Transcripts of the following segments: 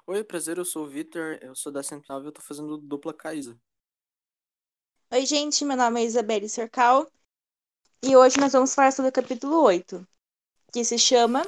Oi, prazer, eu sou o Vitor, eu sou da Central e eu tô fazendo dupla Kaisa. Oi, gente, meu nome é Isabelle Sorcal e hoje nós vamos falar sobre o capítulo 8, que se chama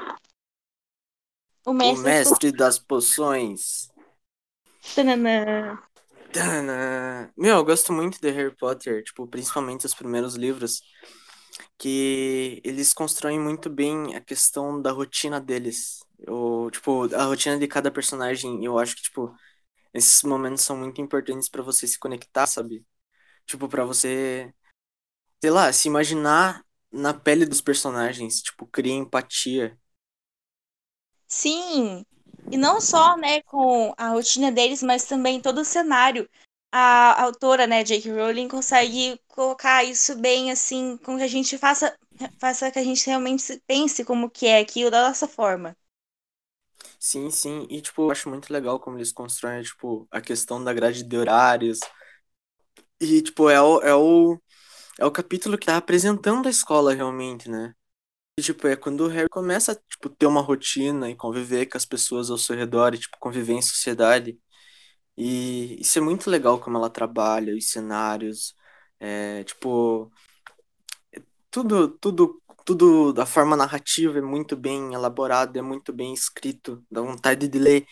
O O Mestre das Poções. mestre das poções. Tananã. Tana! Meu, eu gosto muito de Harry Potter, tipo, principalmente os primeiros livros, que eles constroem muito bem a questão da rotina deles. A rotina de cada personagem, eu acho que, tipo, esses momentos são muito importantes pra você se conectar, sabe? Tipo, pra você, sei lá, se imaginar na pele dos personagens, tipo, cria empatia. Sim, e não só, né, com a rotina deles, mas também todo o cenário. A autora, né, J.K. Rowling, consegue colocar isso bem, assim, com que a gente faça que a gente realmente pense como que é aquilo da nossa forma. Sim, sim. E, tipo, eu acho muito legal como eles constroem, tipo, a questão da grade de horários. E, tipo, é o capítulo que tá apresentando a escola realmente, né? E, tipo, é quando o Harry começa a, tipo, ter uma rotina e conviver com as pessoas ao seu redor e, tipo, conviver em sociedade. E isso é muito legal como ela trabalha, os cenários, tipo, tudo da forma narrativa é muito bem elaborado, é muito bem escrito, dá vontade de ler.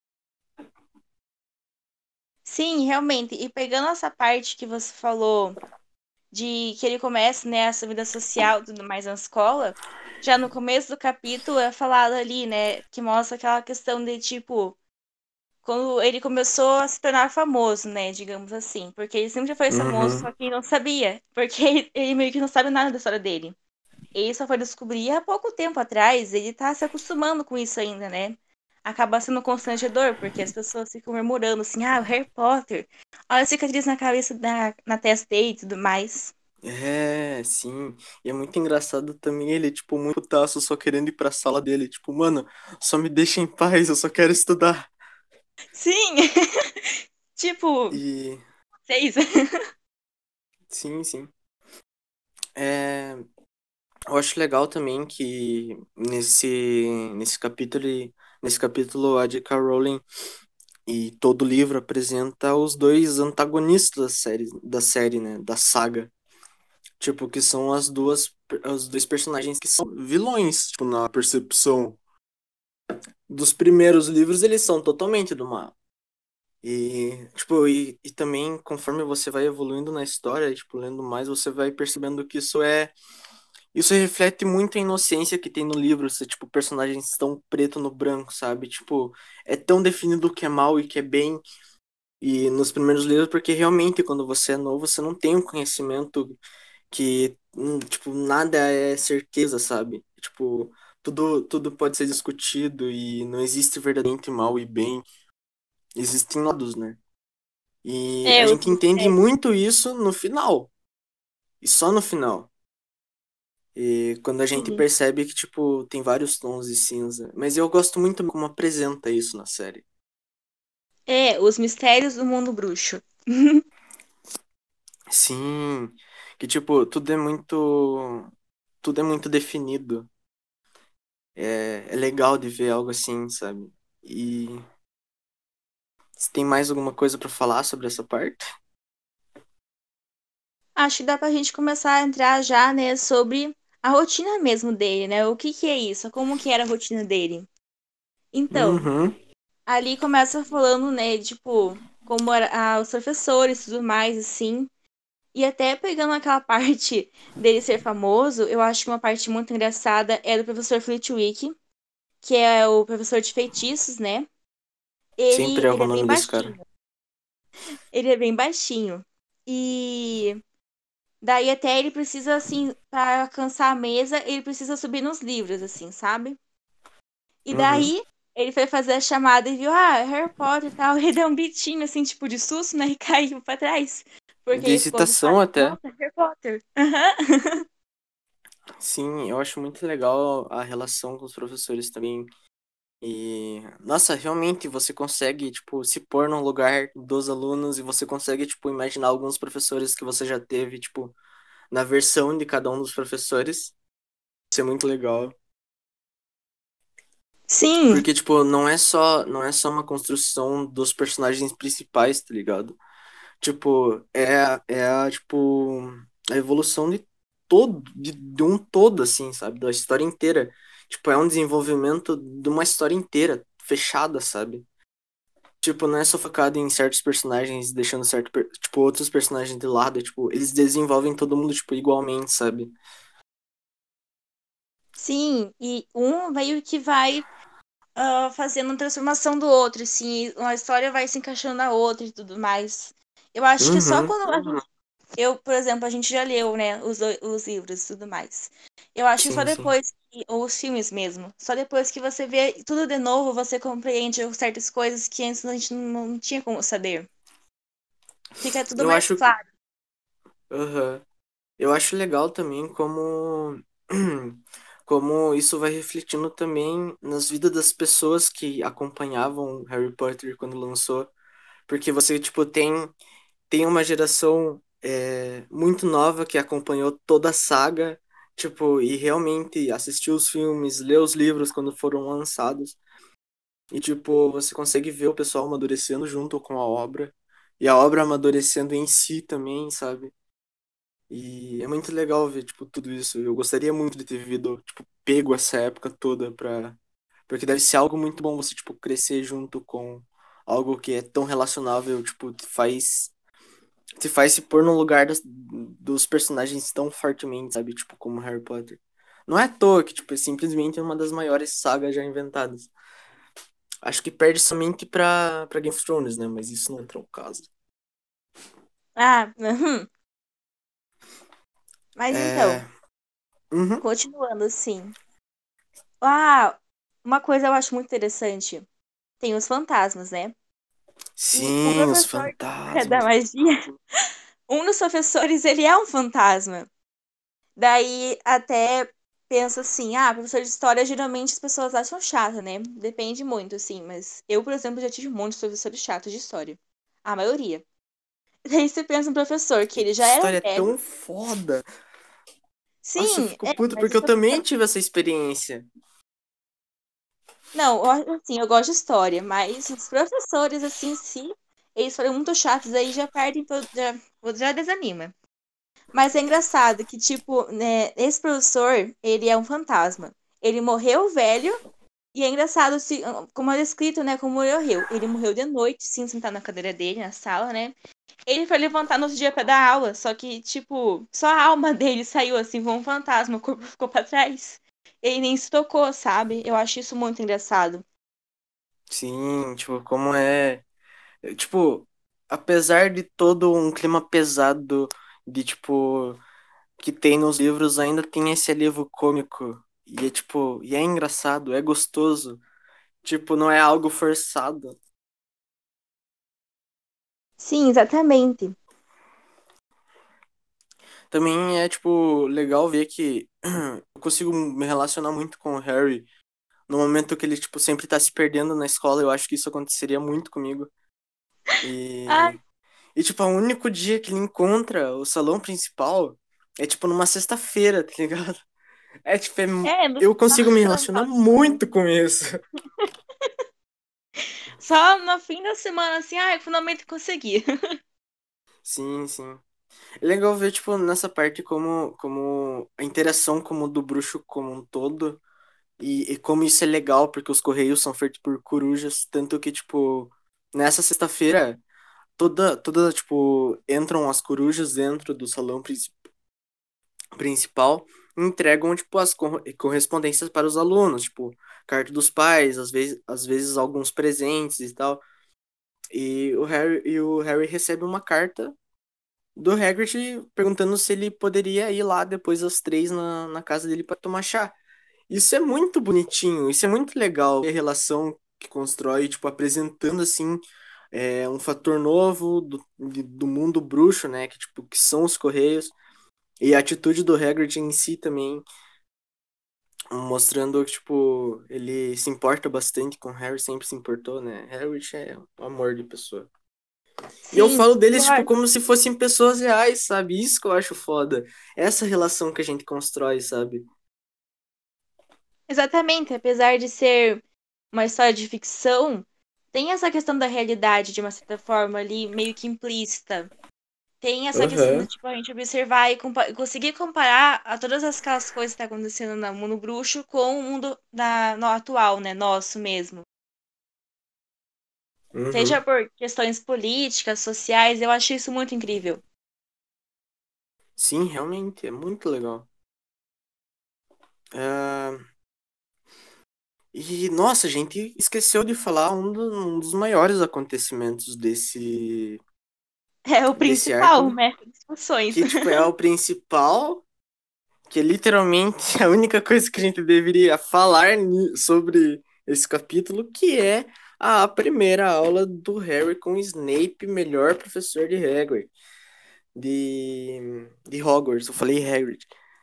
Sim, realmente. E pegando essa parte que você falou de que ele começa, né, essa vida social e tudo mais na escola, já no começo do capítulo é falado ali, né, que mostra aquela questão de, tipo, quando ele começou a se tornar famoso, né, digamos assim, porque ele sempre foi famoso, Uhum. só que ele não sabia, porque ele meio que não sabe nada da história dele. Ele só foi descobrir há pouco tempo atrás, ele tá se acostumando com isso ainda, né? Acaba sendo constrangedor, porque as pessoas ficam murmurando assim, ah, o Harry Potter, olha a cicatriz na cabeça, na testa dele e tudo mais. É, sim. E é muito engraçado também ele, tipo, muito putaço, só querendo ir pra sala dele. Tipo, mano, só me deixa em paz, eu só quero estudar. Sim! Tipo, E, seis. sim, sim. É, eu acho legal também que nesse capítulo a J.K. Rowling e todo o livro apresenta os dois antagonistas da série, né, da saga. Tipo, que são os dois personagens que são vilões, tipo, na percepção dos primeiros livros, eles são totalmente do mal. E, tipo, e também, conforme você vai evoluindo na história, tipo, lendo mais, você vai percebendo que isso reflete muito a inocência que tem no livro, ser, tipo, personagens tão preto no branco, sabe? Tipo, é tão definido o que é mal e o que é bem, e nos primeiros livros, porque realmente, quando você é novo, você não tem um conhecimento que, tipo, nada é certeza, sabe? Tipo, tudo pode ser discutido e não existe verdadeiramente mal e bem, existem lados, né? E a É, os gente entende mistérios. muito isso no final, e só no final. E quando a gente Sim. percebe que, tipo, tem vários tons de cinza. Mas eu gosto muito como apresenta isso na série. É, os mistérios do mundo bruxo. Sim, que, tipo, tudo é muito definido. É legal de ver algo assim, sabe? E você tem mais alguma coisa pra falar sobre essa parte? Acho que dá pra gente começar a entrar já, né, sobre a rotina mesmo dele, né? O que que é isso? Como que era a rotina dele? Então, Uhum. ali começa falando, né, tipo, como era os professores e tudo mais, assim. E até pegando aquela parte dele ser famoso, eu acho que uma parte muito engraçada é do professor Flitwick, que é o professor de feitiços, né? Sempre Ele, erro ele o é bem nome desse cara. baixinho. Ele é bem baixinho. E daí até ele precisa, assim, para alcançar a mesa, ele precisa subir nos livros, assim, sabe? E Uhum. daí ele foi fazer a chamada e viu, ah, Harry Potter e tal. Ele deu um bitinho, assim, tipo, de susto, né? E caiu pra trás. Porque De ele ficou hesitação assustado. até. Nossa, Harry Potter. Aham. Sim, eu acho muito legal a relação com os professores também. E, nossa, realmente você consegue, tipo, se pôr no lugar dos alunos e você consegue, tipo, imaginar alguns professores que você já teve, tipo, na versão de cada um dos professores. Isso é muito legal. Sim, Porque, tipo, não é só uma construção dos personagens principais, tá ligado? Tipo, tipo, a evolução de um todo, assim, sabe? Da história inteira. Tipo, é um desenvolvimento de uma história inteira, fechada, sabe? Tipo, não é só focado em certos personagens, deixando tipo, outros personagens de lado. Tipo, eles desenvolvem todo mundo, tipo, igualmente, sabe? sim. E um meio que vai fazendo uma transformação do outro, assim, uma história vai se encaixando na outra e tudo mais. Eu acho que só Uhum, quando eu, por exemplo, a gente já leu, né, os livros e tudo mais. Eu acho que só sim, sim. depois, ou os filmes mesmo, só depois que você vê tudo de novo, você compreende certas coisas que antes a gente não tinha como saber. Fica tudo Eu mais acho, claro. aham. Eu acho legal também como isso vai refletindo também nas vidas das pessoas que acompanhavam Harry Potter quando lançou, porque você tipo tem uma geração muito nova que acompanhou toda a saga, tipo, e realmente assistiu os filmes, leu os livros quando foram lançados, e tipo, você consegue ver o pessoal amadurecendo junto com a obra, e a obra amadurecendo em si também, sabe? E é muito legal ver, tipo, tudo isso. Eu gostaria muito de ter vivido, tipo, pego essa época toda pra... Porque deve ser algo muito bom você, tipo, crescer junto com algo que é tão relacionável, tipo, te faz se pôr no lugar dos personagens tão fortemente, sabe? Tipo, como Harry Potter. Não é à toa que, tipo, é simplesmente uma das maiores sagas já inventadas. Acho que perde somente pra Game of Thrones, né? Mas isso não entra no caso. Ah, uhum. Mas É... então, Uhum. continuando assim. Ah, uma coisa eu acho muito interessante. Tem os fantasmas, né? E o Sim, os professor da fantasmas. magia, um dos professores, ele é um fantasma. Daí até penso assim, professor de história, geralmente as pessoas acham chato, né? Depende muito, assim, mas eu, por exemplo, já tive um monte de professores chatos de história. A maioria. Daí você pensa no professor, que Que ele já era história velho. tão foda. Nossa, eu Sim, fico puto mas porque os eu também professores. tive essa experiência. Não, assim, eu gosto de história, mas os professores, assim, se eles forem muito chatos, aí já perdem todo. Já desanima. Mas é engraçado que, tipo, né, esse professor, ele é um fantasma. Ele morreu velho, e é engraçado, como é descrito, né, como ele morreu. Ele morreu de noite, sim, sentado na cadeira dele, na sala, né? Ele foi levantar no outro dia pra dar aula, só que, tipo, só a alma dele saiu assim, como um fantasma, o corpo ficou pra trás. Ele nem se tocou, sabe? Eu acho isso muito engraçado. Sim, tipo, como é. Tipo, apesar de todo um clima pesado de, tipo, que tem nos livros, ainda tem esse alívio cômico. E é, tipo, e é engraçado, é gostoso. Tipo, não é algo forçado. Sim, exatamente. Também é, tipo, legal ver que eu consigo me relacionar muito com o Harry. No momento que ele, tipo, sempre tá se perdendo na escola, eu acho que isso aconteceria muito comigo. Ah, E, tipo, o único dia que ele encontra o salão principal é, tipo, numa sexta-feira, tá ligado? É, tipo, no eu consigo me relacionar final de semana. muito com isso. Só no fim da semana, assim, finalmente consegui. Sim, sim. É legal ver, tipo, nessa parte como a interação como do bruxo como um todo e como isso é legal, porque os correios são feitos por corujas, tanto que, tipo, nessa sexta-feira, tipo, entram as corujas dentro do salão principal e entregam, tipo, as correspondências para os alunos, tipo, carta dos pais, às vezes alguns presentes e tal. E o Harry recebe uma carta do Hagrid perguntando se ele poderia ir lá depois das 3 na casa dele para tomar chá. Isso é muito bonitinho, isso é muito legal. A relação que constrói, tipo, apresentando, assim, um fator novo do mundo bruxo, né, que, tipo, que são os Correios. E a atitude do Hagrid em si também, mostrando que, tipo, ele se importa bastante com o Harry, sempre se importou, né? Hagrid é um amor de pessoa. E eu Sim, falo e deles, tipo, pior. como se fossem pessoas reais, sabe? Isso que eu acho foda. Essa relação que a gente constrói, sabe? Exatamente, apesar de ser uma história de ficção, tem essa questão da realidade, de uma certa forma, ali, meio que implícita. Tem essa questão de, Aham. tipo, a gente observar e conseguir comparar a todas aquelas coisas que tá acontecendo no mundo bruxo com o mundo no atual, né? Nosso mesmo. Seja Uhum. por questões políticas, sociais, eu acho isso muito incrível. Sim, realmente, é muito legal. Ah, e, nossa, a gente esqueceu de falar um dos maiores acontecimentos É o desse arco, principal, né? né? Discussões. Que, tipo, é o principal, que é literalmente a única coisa que a gente deveria falar sobre esse capítulo, que é a primeira aula do Harry com o Snape, melhor professor de Hagrid, de Hogwarts. Eu falei Hagrid.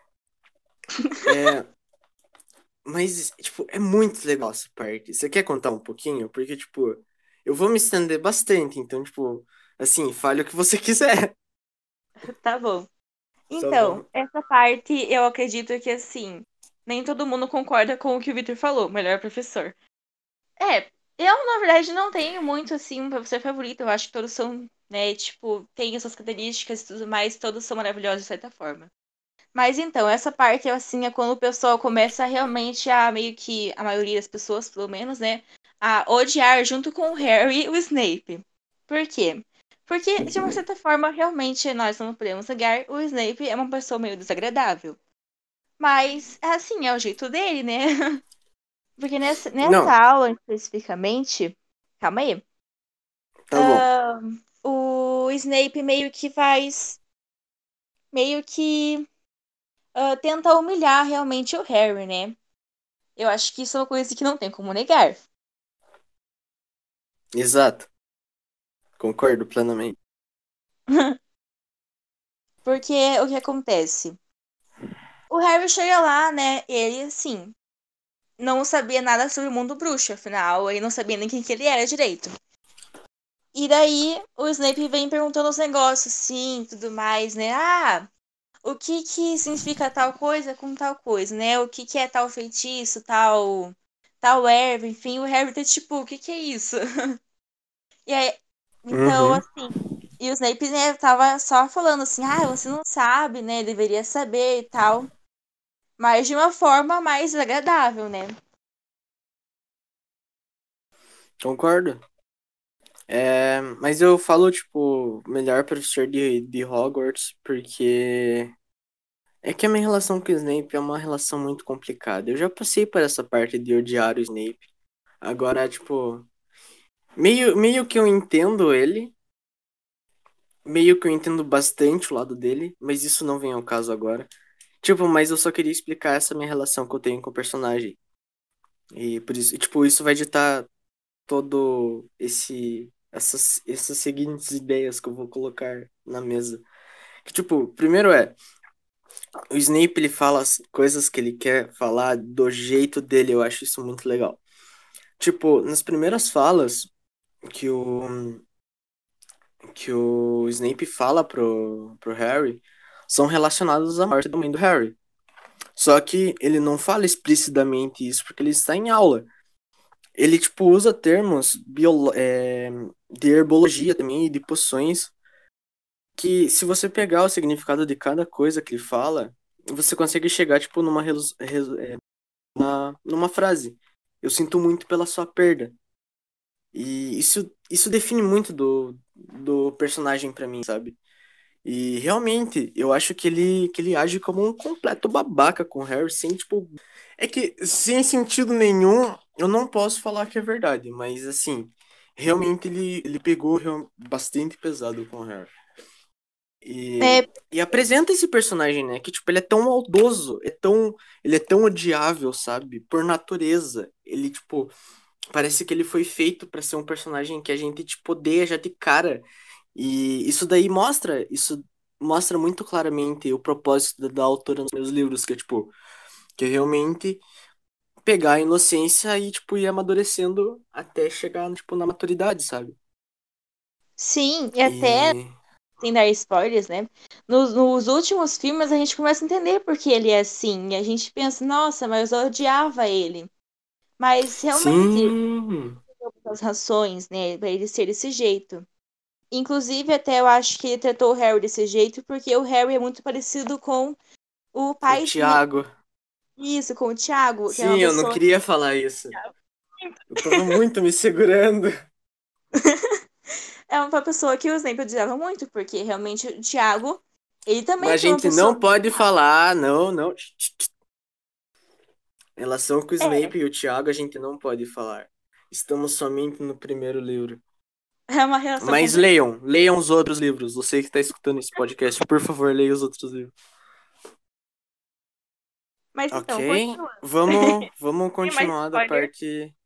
É, mas, tipo, é muito legal essa parte. Você quer contar um pouquinho? Porque, tipo, eu vou me estender bastante, então, tipo, assim, fale o que você quiser. Tá bom. Tá Então, bom. essa parte eu acredito que, assim, nem todo mundo concorda com o que o Victor falou, melhor professor. É, eu, na verdade, não tenho muito, assim, um professor favorito. Eu acho que todos são, né, tipo, têm as suas características e tudo mais, todos são maravilhosos de certa forma. Mas então, essa parte, assim, é quando o pessoal começa realmente a, meio que, a maioria das pessoas, pelo menos, né, a odiar junto com o Harry o Snape. Por quê? Porque, de uma certa forma, realmente, nós não podemos negar, o Snape é uma pessoa meio desagradável. Mas, assim, é o jeito dele, né? Porque nessa Não, aula, especificamente, calma aí, tá bom. o Snape meio que faz, meio que tenta humilhar realmente o Harry, né? Eu acho que isso é uma coisa que não tem como negar. Exato. Concordo plenamente. Porque o que acontece? O Harry chega lá, né? Ele, assim, não sabia nada sobre o mundo bruxo, afinal, ele não sabia nem quem que ele era direito. E daí o Snape vem perguntando os negócios, sim, tudo mais, né? Ah, o que que significa tal coisa com tal coisa, né? O que que é tal feitiço, tal erva, enfim, o Harry tá tipo, o que que é isso? E aí, então, Uhum. assim, e o Snape, né, tava só falando assim, ah, você não sabe, né, deveria saber e tal, mas de uma forma mais agradável, né? Concordo. É, mas eu falo, tipo, melhor professor de Hogwarts, porque é que a minha relação com o Snape é uma relação muito complicada. Eu já passei por essa parte de odiar o Snape. Agora, tipo, meio que eu entendo ele, meio que eu entendo bastante o lado dele, mas isso não vem ao caso agora. Tipo, mas eu só queria explicar essa minha relação que eu tenho com o personagem. E por isso, e, tipo, isso vai ditar todo essas seguintes ideias que eu vou colocar na mesa. Que, tipo, primeiro o Snape ele fala as coisas que ele quer falar do jeito dele, eu acho isso muito legal. Tipo, nas primeiras falas que o que o Snape fala pro Harry são relacionadas à morte da mãe do Harry. Só que ele não fala explicitamente isso porque ele está em aula. Ele, tipo, usa termos de herbologia também e de poções que, se você pegar o significado de cada coisa que ele fala, você consegue chegar, tipo, numa frase. Eu sinto muito pela sua perda. E isso define muito do personagem pra mim, sabe? E realmente, eu acho que ele age como um completo babaca com o Harry, sem, tipo. É que, sem sentido nenhum, eu não posso falar que é verdade, mas assim, realmente ele pegou bastante pesado com o Harry. É, E apresenta esse personagem, né? Que, tipo, ele é tão maldoso, ele é tão odiável, sabe? Por natureza. Ele, tipo, parece que ele foi feito pra ser um personagem que a gente, tipo, odeia já de cara. E isso mostra muito claramente o propósito da autora nos meus livros, que é, tipo, que é realmente pegar a inocência e, tipo, ir amadurecendo até chegar, tipo, na maturidade, sabe? sim, e até, E... sem dar spoilers, né? Nos últimos filmes a gente começa a entender por que ele é assim. E a gente pensa, nossa, mas eu odiava ele. Mas realmente, Sim, as rações, né, pra ele ser desse jeito. Inclusive, até eu acho que ele tratou o Harry desse jeito, porque o Harry é muito parecido com o o pai, né? Thiago. Isso, com o Thiago, que é uma Sim, eu não pessoa. queria falar isso. Eu tava muito me segurando. É uma pessoa que o Snape odiava muito, porque realmente o Thiago, ele Mas também a foi uma gente pessoa. não pode falar, não, não. Em relação com o É, Snape e o Thiago, a gente não pode falar. Estamos somente no primeiro livro. é uma relação Mas complicada. leiam os outros livros. Você que está escutando esse podcast, por favor, leia os outros livros. Mas então, Ok, continuando. vamos Tem mais continuar da spoiler parte.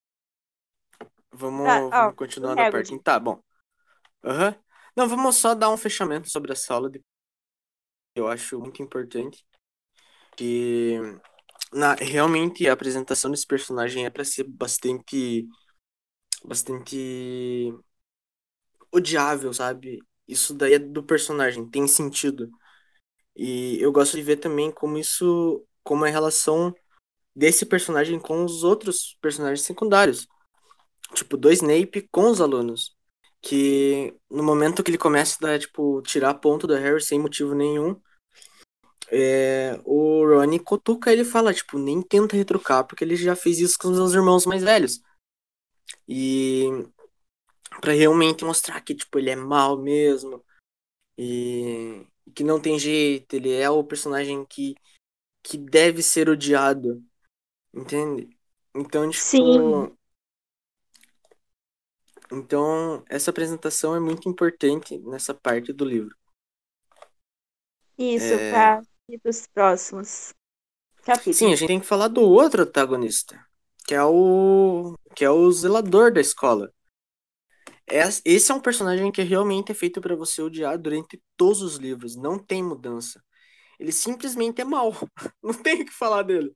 ó, Vamos do continuar da parte. Hagrid. Tá, bom. Aham. Não, vamos só dar um fechamento sobre a sala, que eu acho muito importante. Que realmente a apresentação desse personagem é para ser bastante odiável, sabe? Isso daí é do personagem, tem sentido. E eu gosto de ver também como é a relação desse personagem com os outros personagens secundários, tipo, do Snape com os alunos. Que no momento que ele começa a, tipo, tirar ponto do Harry sem motivo nenhum, o Rony cutuca ele e fala, tipo, nem tenta retrucar, porque ele já fez isso com os meus irmãos mais velhos. E pra realmente mostrar que, tipo, ele é mal mesmo, e que não tem jeito, ele é o personagem que deve ser odiado, entende? Então, Sim, tipo, então essa apresentação é muito importante nessa parte do livro. isso, É, para ir para os próximos sim, a capítulos. gente tem que falar do outro antagonista, que é o zelador da escola. Esse é um personagem que realmente é feito para você odiar durante todos os livros, não tem mudança. Ele simplesmente é mal, não tem o que falar dele.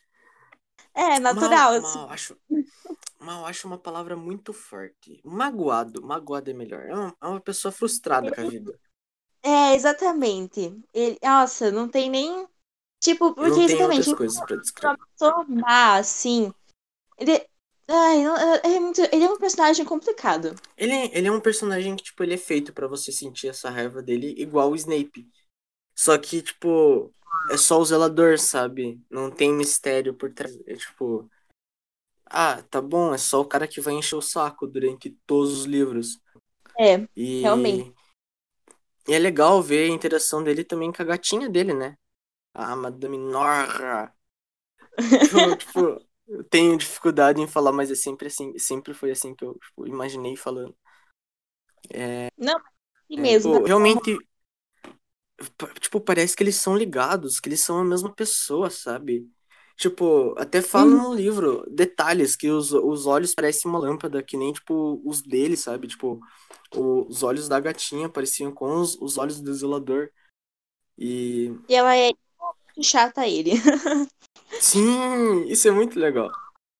É Mal, natural, assim. mal, acho uma palavra muito forte. Magoado é melhor. É uma pessoa frustrada com a vida. É, exatamente. Ele, nossa, não tem nem. Tipo, porque Não tem exatamente, outras ele coisas para é uma descrever. pessoa má, assim. Ele. Ai, ele é um personagem complicado. Ele é um personagem que, tipo, ele é feito pra você sentir essa raiva dele igual o Snape. Só que, tipo, é só o zelador, sabe? Não tem mistério por trás. É tipo, ah, tá bom, é só o cara que vai encher o saco durante todos os livros. É, realmente. E, e é legal ver a interação dele também com a gatinha dele, né? A Madame Norra. Tipo, eu tenho dificuldade em falar, mas é sempre assim, sempre foi assim que eu, tipo, imaginei falando. Não, assim mesmo. Tipo, realmente, tipo, parece que eles são ligados, que eles são a mesma pessoa, sabe? Tipo, até fala Uhum. no livro detalhes que os olhos parecem uma lâmpada, que nem, tipo, os dele, sabe? Tipo, os olhos da gatinha pareciam com os olhos do zelador. E E ela é chata a ele. sim, isso é muito legal.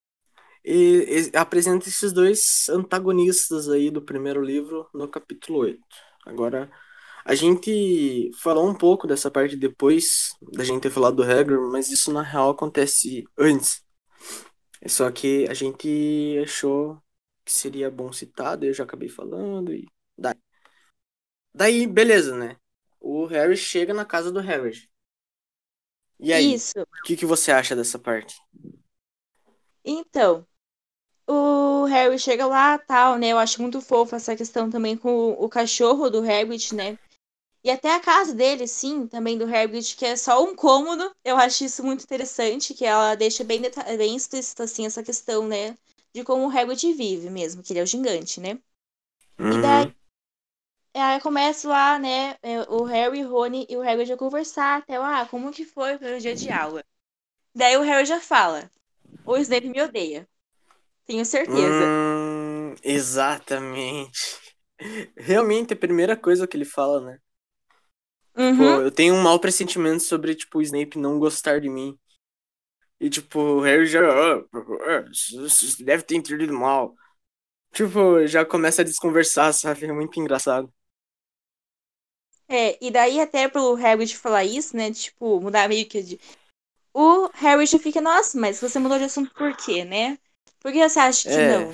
E apresenta esses dois antagonistas aí do primeiro livro no capítulo 8. Agora, a gente falou um pouco dessa parte depois da gente ter falado do Hagrid, mas isso na real acontece antes. É só que a gente achou que seria bom citar, daí eu já acabei falando e daí beleza, né? O Harry chega na casa do Hagrid. E aí? Isso. O que que você acha dessa parte? Então, o Harry chega lá, tal, né? Eu acho muito fofo essa questão também com o cachorro do Hagrid, né? E até a casa dele, sim, também do Hagrid, que é só um cômodo. Eu acho isso muito interessante, que ela deixa bem, bem explícita, assim, essa questão, né? De como o Hagrid vive mesmo, que ele é o gigante, né? E daí, Uhum. aí começa lá, né? O Harry, o Rony e o Hagrid a conversar até, como que foi o primeiro dia de aula? Daí o Harry já fala, o Snape me odeia, tenho certeza. Exatamente. Realmente, a primeira coisa que ele fala, né? Uhum. Pô, eu tenho um mau pressentimento sobre, tipo, o Snape não gostar de mim. E, tipo, o Harry já. Você deve ter entendido mal. Tipo, já começa a desconversar, sabe? É muito engraçado. É, e daí até pro Hagrid falar isso, né? Tipo, mudar meio que o Harry já fica, nossa, mas você mudou de assunto por quê, né? Por que você acha que É, não?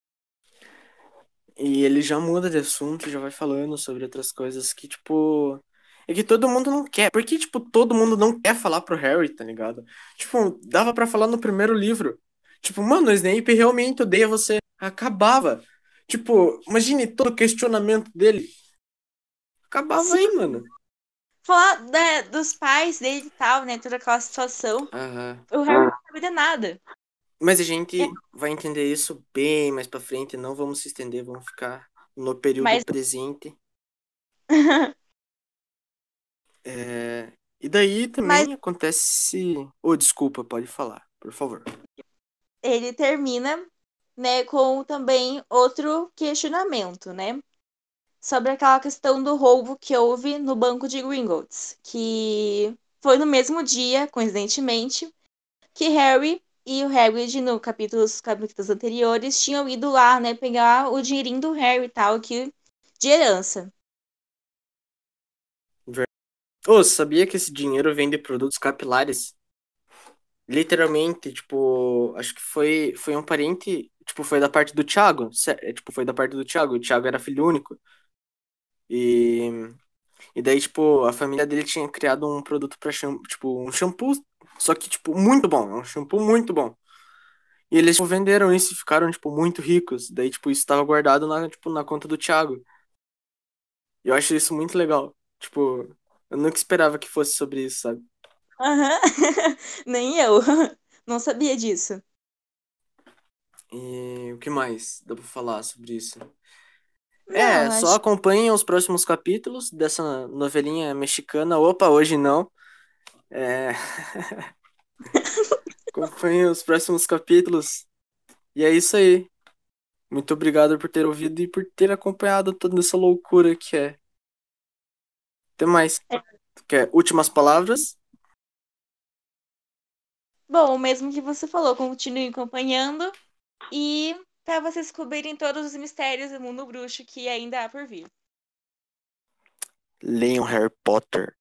e ele já muda de assunto, já vai falando sobre outras coisas que, tipo. É que todo mundo não quer. Porque, tipo, todo mundo não quer falar pro Harry, tá ligado? Tipo, dava pra falar no primeiro livro. Tipo, mano, o Snape realmente odeia você. Acabava. Tipo, imagine todo o questionamento dele. Acabava Sim, aí, mano. falar dos pais dele e tal, né? Toda aquela situação. Aham. O Harry não sabe de nada. Mas a É, gente vai entender isso bem mais pra frente. Não vamos se estender, vamos ficar no período mas, presente. É, e daí mas também acontece. Oh, desculpa, pode falar, por favor. ele termina, né, com também outro questionamento, né? Sobre aquela questão do roubo que houve no banco de Gringotts, que foi no mesmo dia, coincidentemente, que Harry e o Hagrid, no capítulos anteriores, tinham ido lá, né, pegar o dinheirinho do Harry e tal, de herança. Ô, sabia que esse dinheiro vem de produtos capilares? Literalmente, tipo, acho que foi um parente, tipo, foi da parte do Thiago. Tipo, foi da parte do Thiago. O Thiago era filho único. E, e daí, tipo, a família dele tinha criado um produto pra shampoo, tipo, um shampoo, só que, tipo, muito bom. É um shampoo muito bom. E eles, tipo, venderam isso e ficaram, tipo, muito ricos. Daí, tipo, isso tava guardado na, tipo, na conta do Thiago. E eu acho isso muito legal. Tipo, eu nunca esperava que fosse sobre isso, sabe? Aham. Nem eu. Não sabia disso. E o que mais dá pra falar sobre isso? Não, É, só acho. acompanhem os próximos capítulos dessa novelinha mexicana. Opa, hoje não. É, acompanhem os próximos capítulos. E é isso aí. Muito obrigado por ter ouvido e por ter acompanhado toda essa loucura que é. Até mais. Quer últimas palavras? Bom, o mesmo que você falou, continue acompanhando e para vocês descobrirem todos os mistérios do mundo bruxo que ainda há por vir. Leiam Harry Potter.